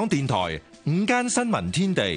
電台午間新聞天地，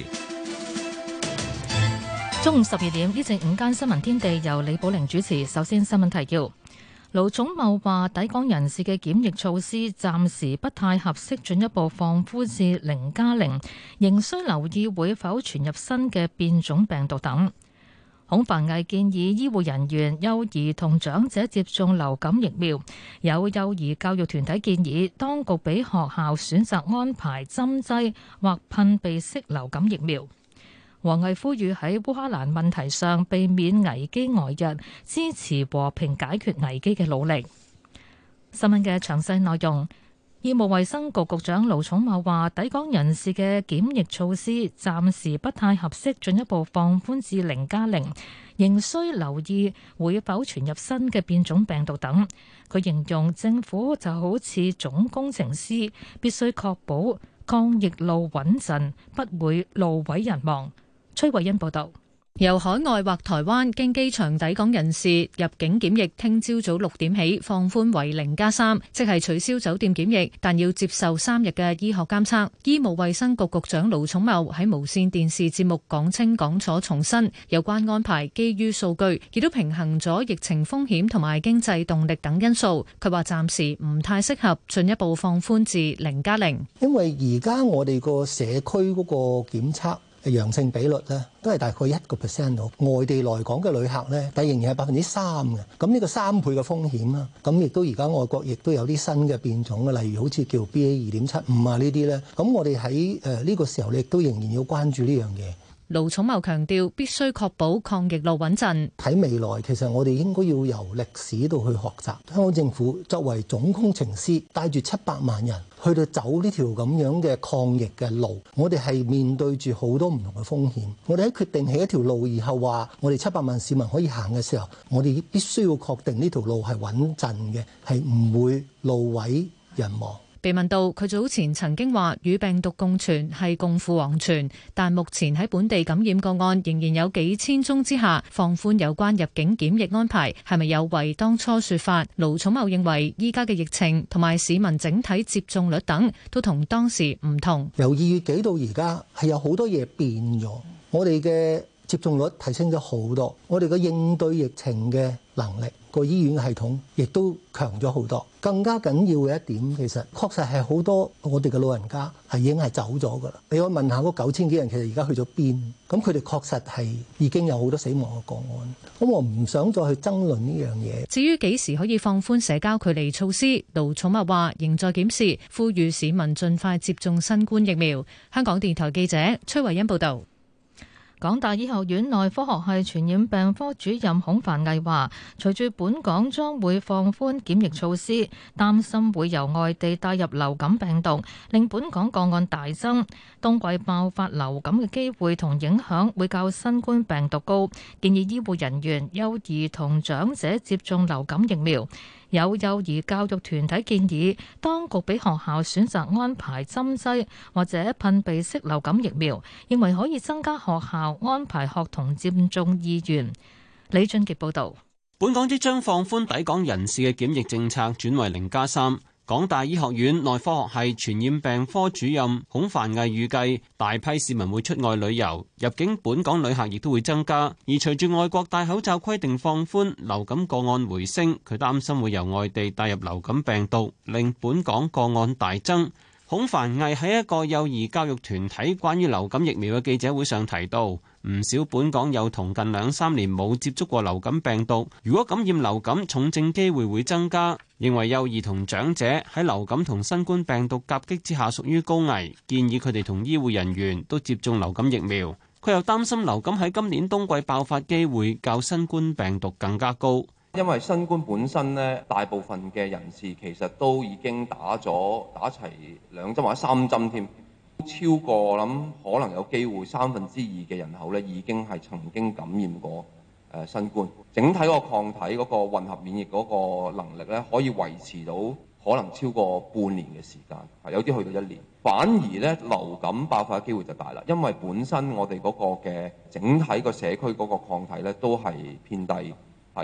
中午12點，呢節午間新聞天地由李寶玲主持。首先新聞提要：盧寵茂話，抵港人士嘅檢疫措施暫時不太合適，進一步放寬至0+0，仍需留意會否傳入新嘅變種病毒等。孔繁毅建議醫護人員、幼兒同長者接種流感疫苗。有幼兒教育團體建議當局俾學校選擇安排針劑或噴鼻式流感疫苗。王毅呼籲喺烏克蘭問題上避免危機外溢，支持和平解決危機嘅努力。新聞嘅詳細內容。醫務衛生局局長盧寵茂話，抵港人士嘅檢疫措施暫時不太合適，進一步放寬至0+0，仍需留意會否傳入新嘅變種病毒等。佢形容政府就好似總工程師，必須確保抗疫路穩陣，不會路毀人亡。崔慧欣報道。 由海外或台灣經機場抵港人士入境檢疫，聽朝早6點起放寬為0+3，即係取消酒店檢疫，但要接受3日嘅醫學監測。醫務衛生局局長盧寵茂喺無線電視節目講清講楚，重申有關安排基於數據，亦都平衡咗疫情風險同埋經濟動力等因素。佢話暫時唔太適合進一步放寬至0+0， 因為而家我哋個社區嗰個檢測陽性比率咧，都係大概1%度。外地來港嘅旅客咧，但仍然係3%嘅。咁呢個3倍嘅風險啦。咁亦都而家外國亦都有啲新嘅變種嘅，例如好似叫 BA2.75啊呢啲咧。咁我哋喺呢個時候，亦都仍然要關注呢樣嘢。 盧寵茂強調，必須確保抗疫路穩陣。 睇未來，其實我哋應該要由歷史度去學習。香港政府作為總工程師，帶住700萬人去到走呢條咁樣嘅抗疫嘅路，我哋係面對住好多唔同嘅風險。我哋喺決定起一條路以後話，我哋700萬市民可以行嘅時候，我哋必須要確定呢條路係穩陣嘅，係唔會路毀人亡。 被問到佢早前曾經話與病毒共存係共赴黃泉，但目前喺本地感染個案仍然有幾千宗之下，放寬有關入境檢疫安排係咪有違當初說法？盧寵茂認為依家嘅疫情同埋市民整體接種率等都同當時唔同。 由2月幾到而家係有好多嘢變咗，我哋嘅接種率提升咗好多，我哋嘅應對疫情嘅能力，個醫院系統亦都強咗好多。更加緊要嘅一點，其實確實係好多我哋嘅老人家係已經係走咗㗎啦。你可以問下嗰9000幾人，其實而家去咗邊？咁佢哋確實係已經有好多死亡嘅個案。咁我唔想再去爭論呢樣嘢。 至於幾時可以放寬社交距離措施，盧寵茂話仍在檢視，呼籲市民盡快接種新冠疫苗。香港電台記者崔慧欣報道。 港大醫學院內科學系傳染病科主任孔繁毅話，隨住本港將會放寬檢疫措施，擔心會由外地帶入流感病毒，令本港個案大增。冬季爆發流感嘅機會同影響會較新冠病毒高，建議醫護人員、幼兒同長者接種流感疫苗。有幼兒教育團體建議當局俾學校選擇安排針劑或者噴鼻式流感疫苗，認為可以增加學校安排學童接種意願。李俊傑報導。 本港即將放寬抵港人士嘅檢疫政策，轉為0+3。港大醫學院內科學系傳染病科主任孔繁毅預計，大批市民會出外旅遊，入境本港旅客亦都會增加。而隨住外國戴口罩規定放寬，流感個案回升，佢擔心會由外地帶入流感病毒，令本港個案大增。孔繁毅喺一個幼兒教育團體關於流感疫苗嘅記者會上提到，唔少本港幼童近2-3年冇接觸過流感病毒，如果感染流感，重症機會會增加。認為幼兒同長者喺流感同新冠病毒夾擊之下屬於高危，建議佢哋同醫護人員都接種流感疫苗。佢又擔心流感喺今年冬季爆發機會較新冠病毒更加高。 因為新冠本身咧，大部分嘅人士其實都已經打齊2針或者3針添，超過我諗可能有機會2/3嘅人口咧已經係曾經感染過新冠。整體個抗體嗰個混合免疫嗰個能力咧，可以維持到可能超過半年嘅時間，有啲去到1年。反而咧流感爆發嘅機會就大啦，因為本身我哋嗰個嘅整體個社區嗰個抗體咧都係偏低。因為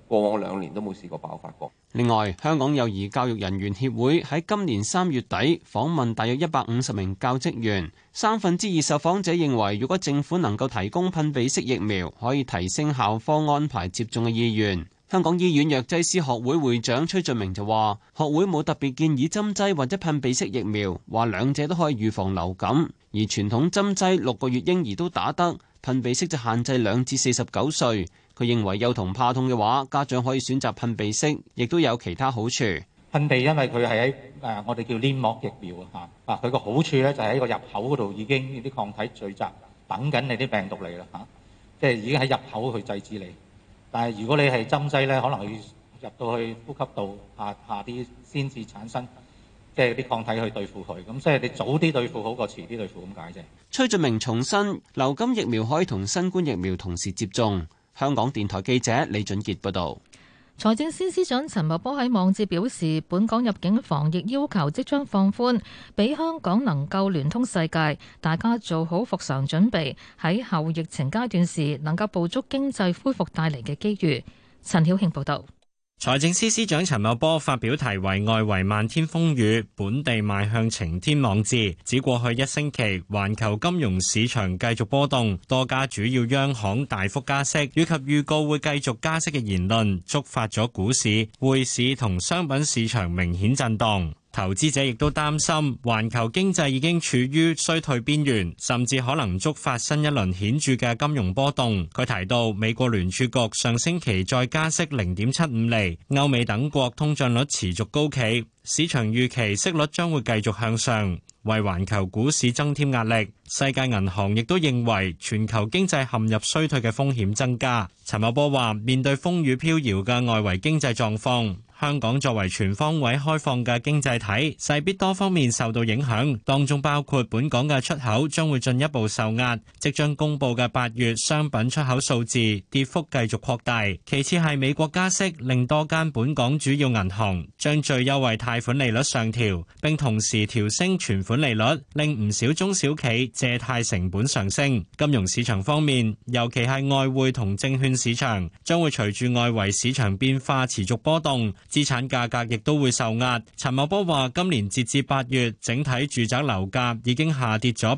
過往2年都冇試過爆發過。 另外，香港幼兒教育人員協會喺今年3月底訪問大約150名教職員，2/3受訪者認為，如果政府能夠提供噴鼻式疫苗，可以提升校方安排接種嘅意願。香港醫院藥劑師學會會長崔俊明就話，學會冇特別建議針劑或者噴鼻式疫苗，話兩者都可以預防流感，而傳統針劑6個月嬰兒都打得，噴鼻式就限制2至49歲。佢認為幼童怕痛嘅話，家長可以選擇噴鼻式，亦都有其他好處。 噴鼻因為佢係喺我哋叫黏膜疫苗啊，佢個好處咧就喺個入口嗰度已經啲抗體聚集，等緊你啲病毒嚟啦嚇，即係已經喺入口去制止你。但係如果你係針劑咧，可能要入到去呼吸道下啲先至產生，即係啲抗體去對付佢。咁所以你早啲對付好過遲啲對付咁解啫。 崔俊明重申，流感疫苗可以同新冠疫苗同時接種。香港電台記者李俊傑報導。 財政司司長陳茂波喺網誌表示，本港入境防疫要求即將放寬，俾香港能夠聯通世界，大家做好復常準備，喺後疫情階段時能夠捕捉經濟恢復帶嚟嘅機遇。陳曉慶報導。 財政司司長陳茂波發表題為《外圍漫天風雨，本地邁向晴天》網誌，指過去1星期，環球金融市場繼續波動，多家主要央行大幅加息，以及預告會繼續加息嘅言論，觸發咗股市、匯市同商品市場明顯震盪。投資者亦都擔心，環球經濟已經處於衰退邊緣，甚至可能觸發新一輪顯著嘅金融波動。佢提到，美國聯儲局上星期再加息0.75厘，歐美等國通脹率持續高企，市場預期息率將會繼續向上，為環球股市增添壓力。世界銀行亦都認為全球經濟陷入衰退嘅風險增加。陳茂波話，面對風雨飄搖嘅外圍經濟狀況，香港作為全方位開放嘅經濟體，勢必多方面受到影響，當中包括本港嘅出口將會進一步受壓，即將公佈嘅8月商品出口數字跌幅繼續擴大。其次係美國加息，令多間本港主要銀行將最優惠貸款利率上調，並同時調升存款利率，令唔少中小企借貸成本上升。金融市場方面，尤其係外匯同證券市場，將會隨住外圍市場變化持續波動，資產價格亦都會受壓。陳茂波話，今年截至8月，整體住宅樓價已經下跌咗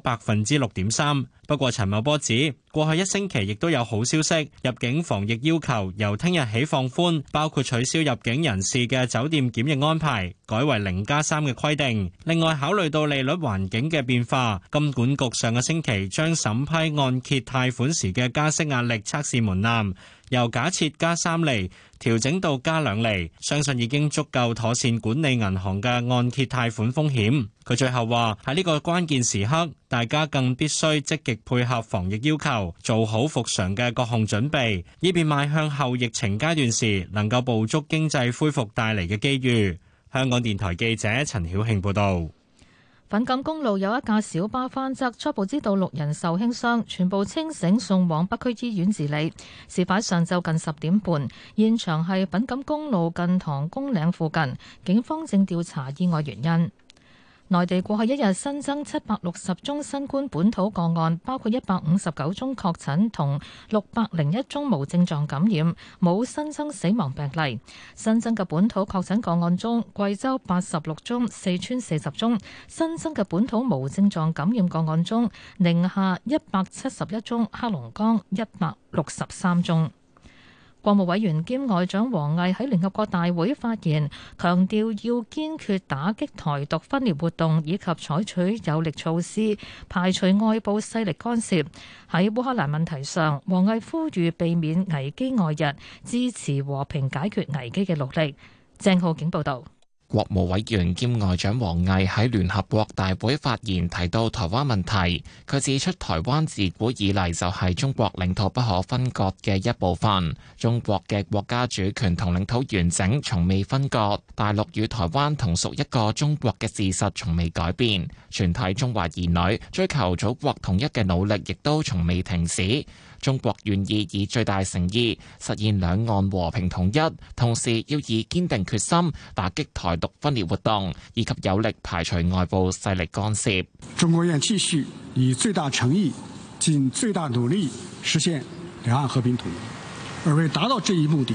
6.3%。不過陳茂波指，過去1星期亦都有好消息，入境防疫要求由聽日起放寬，包括取消入境人士嘅酒店檢疫安排，改為0+3嘅規定。另外，考慮到利率環境嘅變化，金管局上個星期將審批按揭貸款時嘅加息壓力測試門檻，由假設加3厘調整到加2厘，相信已經足夠妥善管理銀行嘅按揭貸款風險。佢最後話，喺呢個關鍵時刻，大家更必須積極配合防疫要求，做好復常嘅各項準備，以便邁向後疫情階段時能夠捕捉經濟恢復帶嚟嘅機遇。香港電台記者陳曉慶報道。 粉錦公路有一架小巴翻側，初步知道6人受輕傷，全部清醒送往北區醫院治理。事發上晝近10點半，現場係粉錦公路近塘公嶺附近，警方正調查意外原因。內地過去一日新增760宗新冠本土個案，包括159宗確診同601宗無症狀感染，冇新增死亡病例。新增嘅本土確診個案中，貴州86宗，四川40宗；新增嘅本土無症狀感染個案中，寧夏171宗，黑龍江163宗。國務委員兼外長王毅喺聯合國大會發言，強調要堅決打擊台獨分裂活動，以及採取有力措施排除外部勢力干涉。喺烏克蘭問題上，王毅呼籲避免危機外溢，支持和平解決危機嘅努力。鄭浩景報道。 國務委員兼外長王毅喺聯合國大會發言，提到台灣問題。佢指出，台灣自古以嚟就係中國領土不可分割嘅一部分，中國嘅國家主權同領土完整從未分割，大陸與台灣同屬一個中國嘅事實從未改變，全體中華兒女追求祖國統一嘅努力亦都從未停止。中國願意以最大誠意實現兩岸和平統一，同時要以堅定決心打擊台獨分裂活動，以及有力排除外部勢力干涉。 中國願繼續以最大誠意、盡最大努力實現兩岸和平統一，而為達到這一目的，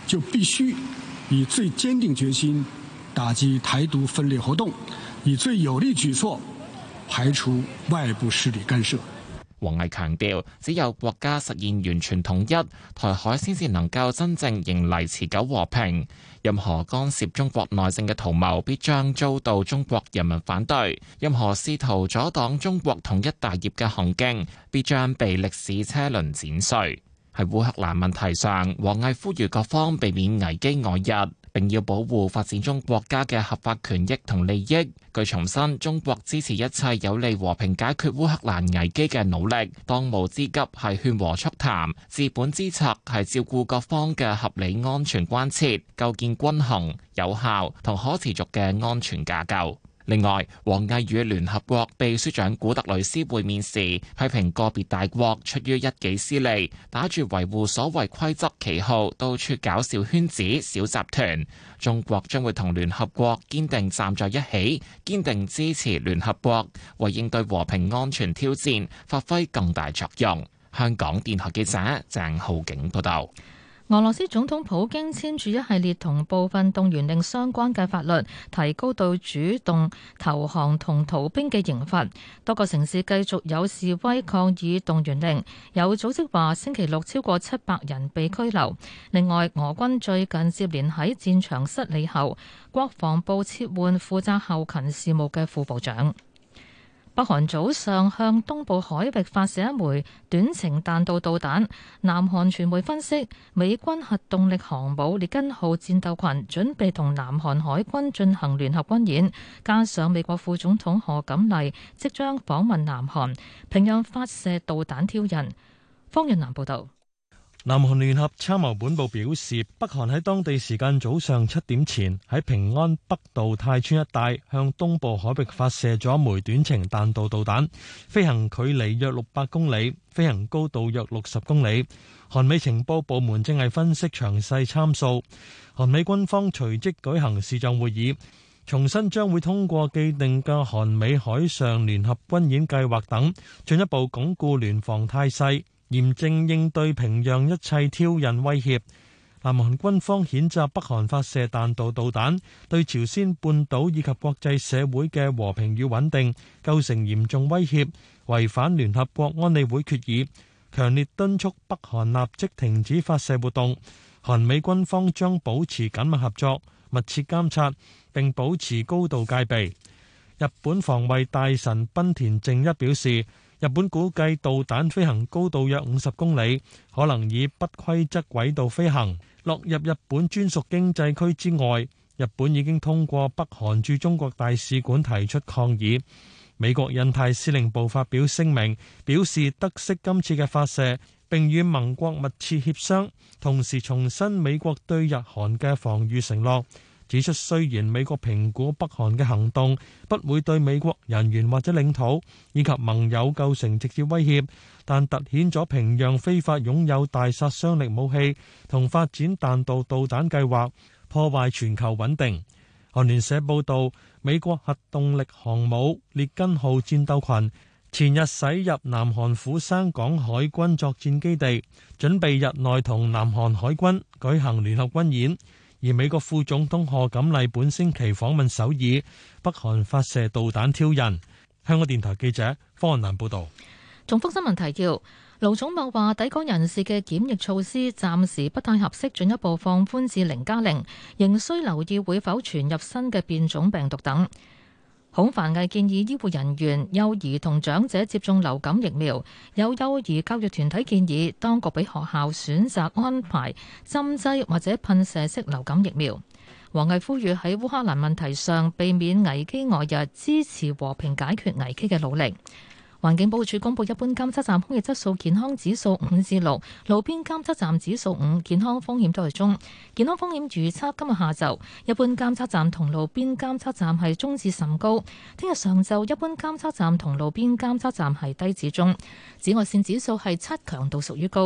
就必須以最堅定決心打擊台獨分裂活動，以最有力舉措排除外部勢力干涉。 王毅強調，只有國家實現完全統一，台海先至能夠真正迎嚟持久和平。任何干涉中國內政嘅圖謀，必將遭到中國人民反對；任何試圖阻擋中國統一大業嘅行徑，必將被歷史車輪剪碎。喺烏克蘭問題上，王毅呼籲各方避免危機外溢，並要保護發展中國家嘅合法權益同利益。據重申，中國支持一切有利和平解決烏克蘭危機嘅努力。當務之急係勸和促談，治本之策係照顧各方嘅合理安全關切，構建均衡、有效同可持續嘅安全架構。另外，王毅與聯合國秘書長古特雷斯會面時，批評個別大國出於一己私利，打住維護所謂規則旗號，到處搞小圈子、小集團。中國將會同聯合國堅定站在一起，堅定支持聯合國為應對和平安全挑戰發揮更大作用。香港電台記者鄭浩景報道。 俄羅斯總統普京簽署一系列同部分動員令相關嘅法律，提高到主動投降同逃兵嘅刑罰。多個城市繼續有示威抗議動員令，有組織話星期六超過700人被拘留。另外，俄軍最近接連喺戰場失利後，國防部撤換負責後勤事務嘅副部長。北韓早上向東部海域發射一枚短程彈道導彈。南韓傳媒分析，美軍核動力航母列根號戰鬥群準備同南韓海軍進行聯合軍演，加上美國副總統賀錦麗即將訪問南韓，平壤發射導彈挑釁。方潤南報導。 南韓聯合參謀本部表示，北韓喺當地時間早上7點前喺平安北道泰川一帶向東部海域發射咗一枚短程彈道導彈，飛行距離約600公里，飛行高度約60公里。韓美情報部門正係分析詳細參數。韓美軍方隨即舉行視像會議，重申將會通過既定嘅韓美海上聯合軍演計劃等，進一步鞏固聯防態勢，嚴正應對平壤一切挑釁威脅。南韓軍方譴責北韓發射彈道導彈，對朝鮮半島以及國際社會嘅和平與穩定構成嚴重威脅，違反聯合國安理會決議，強烈敦促北韓立即停止發射活動。韓美軍方將保持緊密合作，密切監察，並保持高度戒備。日本防衛大臣濱田正一表示，日本估計導彈飛行高度約50公里，可能以不規則軌道飛行，落入日本專屬經濟區之外。日本已經通過北韓駐中國大使館提出抗議。美國印太司令部發表聲明，表示得悉今次嘅發射，並與盟國密切協商，同時重申美國對日韓嘅防禦承諾。指出，雖然美國評估北韓嘅行動不會對美國人員或者領土以及盟友構成直接威脅，但凸顯咗平壤非法擁有大殺傷力武器同發展彈道導彈計劃，破壞全球穩定。韓聯社報導，美國核動力航母列根號戰鬥群前日駛入南韓釜山港海軍作戰基地，準備日內同南韓海軍舉行聯合軍演。而美國副總統賀錦麗本星期訪問首爾，北韓發射導彈挑釁。香港電台記者方漢南報道。 重複新聞提要：盧寵茂話，抵港人士嘅檢疫措施暫時不太合適，進一步放寬至0+0，仍需留意會否傳入新嘅變種病毒等。孔繁毅建議醫護人員、幼兒同長者接種流感疫苗。有幼兒教育團體建議當局俾學校選擇安排針劑或者噴射式流感疫苗。王毅呼籲喺烏克蘭問題上避免危機外溢，支持和平解決危機嘅努力。環境保護署公布一般監測站空氣質素健康指數5至6，路邊監測站指數5，健康風險都係中。健康風險預測今日下晝一般監測站同路邊監測站係中至甚高，聽日上晝一般監測站同路邊監測站係低至中。紫外線指數係7，強度屬於高。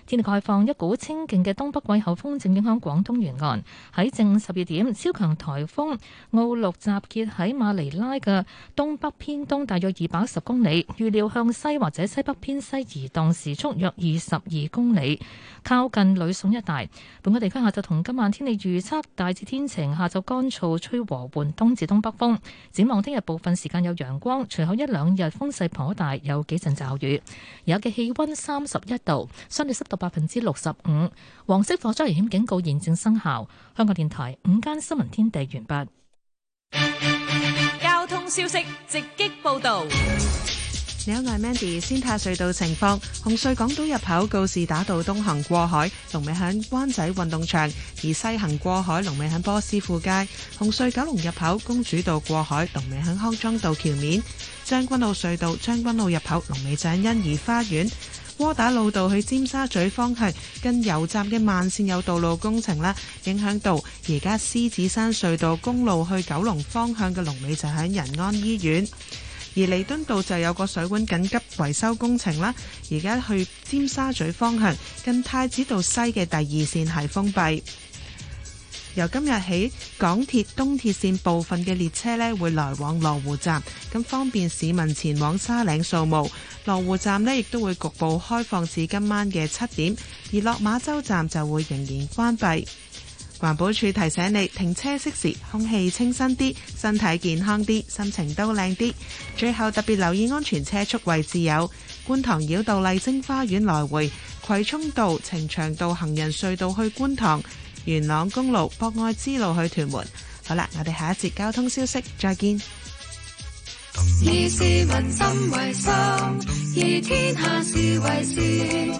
天氣概況，一股清勁嘅東北季候風正影響廣東沿岸。喺正午12點，超強颱風奧鹿集結喺馬尼拉嘅東北偏東大約210公里，預料向西或者西北偏西移動，時速約22公里，靠近呂宋一帶。本港地區下晝同今晚天氣預測大致天晴，下晝乾燥，吹和緩東至東北風。展望聽日部分時間有陽光，隨後一兩日風勢頗大，有幾陣驟雨。而家嘅氣溫31度，相對濕度65%。黃色火災危險警告現正生效。香港電台午間新聞天地完畢。 交通消息直擊報道。 你好，我係 Mandy。先睇隧道情況，紅隧港島入口告士打道東行過海，龍尾喺灣仔運動場；而西行過海，龍尾喺波斯富街。紅隧九龍入口公主道過海，龍尾喺康莊道橋面。將軍澳隧道將軍澳入口，龍尾喺欣怡花園。窩打老道去尖沙咀方向近油站嘅慢線有道路工程啦，影響到而家獅子山隧道公路去九龍方向嘅龍尾就喺仁安醫院。而彌敦道就有個水管緊急維修工程啦，而家去尖沙咀方向近太子道西嘅第2線係封閉。由今日起，港鐵東鐵線部分嘅列車呢會來往羅湖站，咁方便市民前往沙嶺掃墓。羅湖站呢亦都會局部開放至今晚嘅7點，而落馬洲站就會仍然關閉。環保署提醒你，停車熄匙，空氣清新啲，身體健康啲，心情都靚啲。最後特別留意安全車速位置有觀塘繞道麗晶花園來回、葵涌道呈祥道行人隧道去觀塘、元朗公路博愛之路去屯門。好啦，我哋下一節交通消息再見。 以市民心為心，以天下事為事。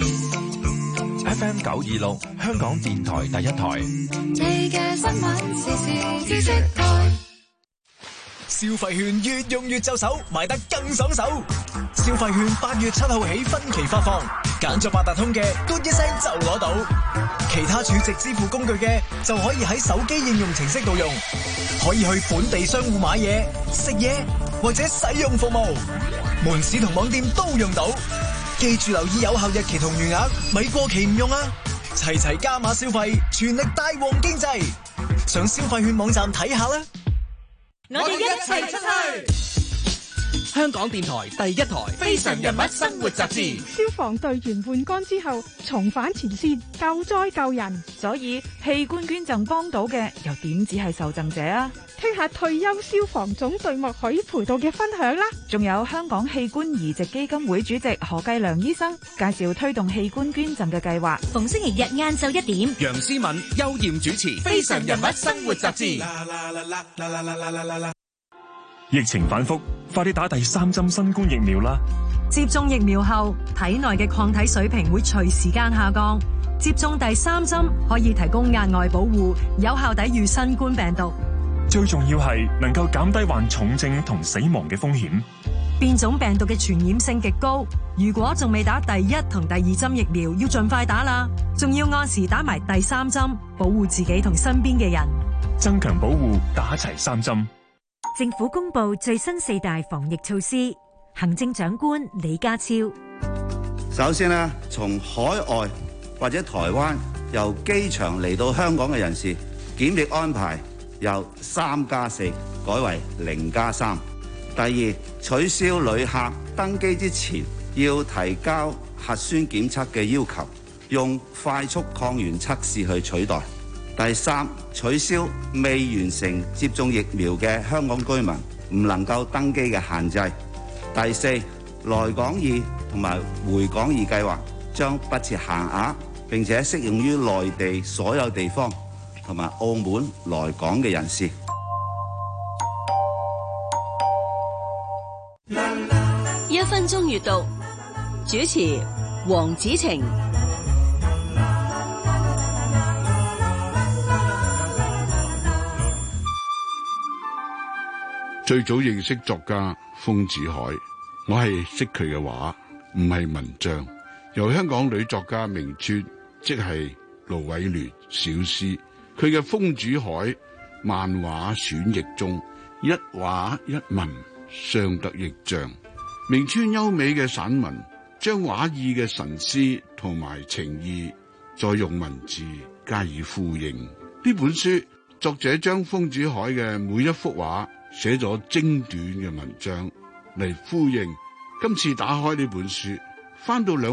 FM 926香港電台第一台。 你嘅新聞時事知識台。 消費券越用越就手，買得更爽手。消費券8月7號起分期發放，揀咗八達通嘅，嘟一聲就攞到；其他儲值支付工具嘅，就可以喺手機應用程式度用，可以去本地商戶買嘢、食嘢或者使用服務，門市同網店都用到。記住留意有效日期同餘額，咪過期唔用啊！齊齊加碼消費，全力帶旺經濟。上消費券網站睇下啦！ 我哋一齊出去。 香港電台第一台《非常人物生活雜誌》。 消防隊員換崗之後重返前線救災救人， 所以器官捐贈幫到嘅又點止係受贈者啊？ 聽下退休消防總隊目許培道嘅分享啦。 仲有香港器官移植基金會主席何繼良醫生介紹推動器官捐贈嘅計劃。 逢星期日晏晝1點， 楊思敏、邱艷主持《非常人物生活雜誌》。 疫情反覆，快啲打第3針新冠疫苗啦！ 接種疫苗後，體內嘅抗體水平會隨時間下降。接種第3針可以提供額外保護，有效抵禦新冠病毒。 最重要係能夠減低患重症同死亡嘅風險。 變種病毒嘅傳染性極高，如果仲未打第1同第2針疫苗，要盡快打啦。仲要按時打埋第3針，保護自己同身邊嘅人。 增強保護，打齊3針。 政府公布最新4大防疫措施，行政長官李家超。 首先呢，從海外或者台灣由機場嚟到香港嘅人士，檢疫安排由3+4改為0+3。第二，取消旅客登機之前要提交核酸檢測嘅要求，用快速抗原測試去取代。第三，取消未完成接種疫苗嘅香港居民唔能夠登機嘅限制。第四，來港易同埋回港易計劃將不設限額，並且適用於內地所有地方同埋澳門來港嘅人士。 1分鐘閱讀，主持黃子晴。 最早認識作家豐子愷，我係識佢嘅畫，唔係文章。由香港女作家明川，即係盧瑋鑾小詩，佢嘅豐子愷漫畫選譯中，一畫一文相得益彰。明川優美嘅散文將畫意嘅神思同埋情意，再用文字加以呼應。呢本書作者將豐子愷嘅每一幅畫寫咗精短嘅文章嚟呼應。今次打開呢本書，翻到兩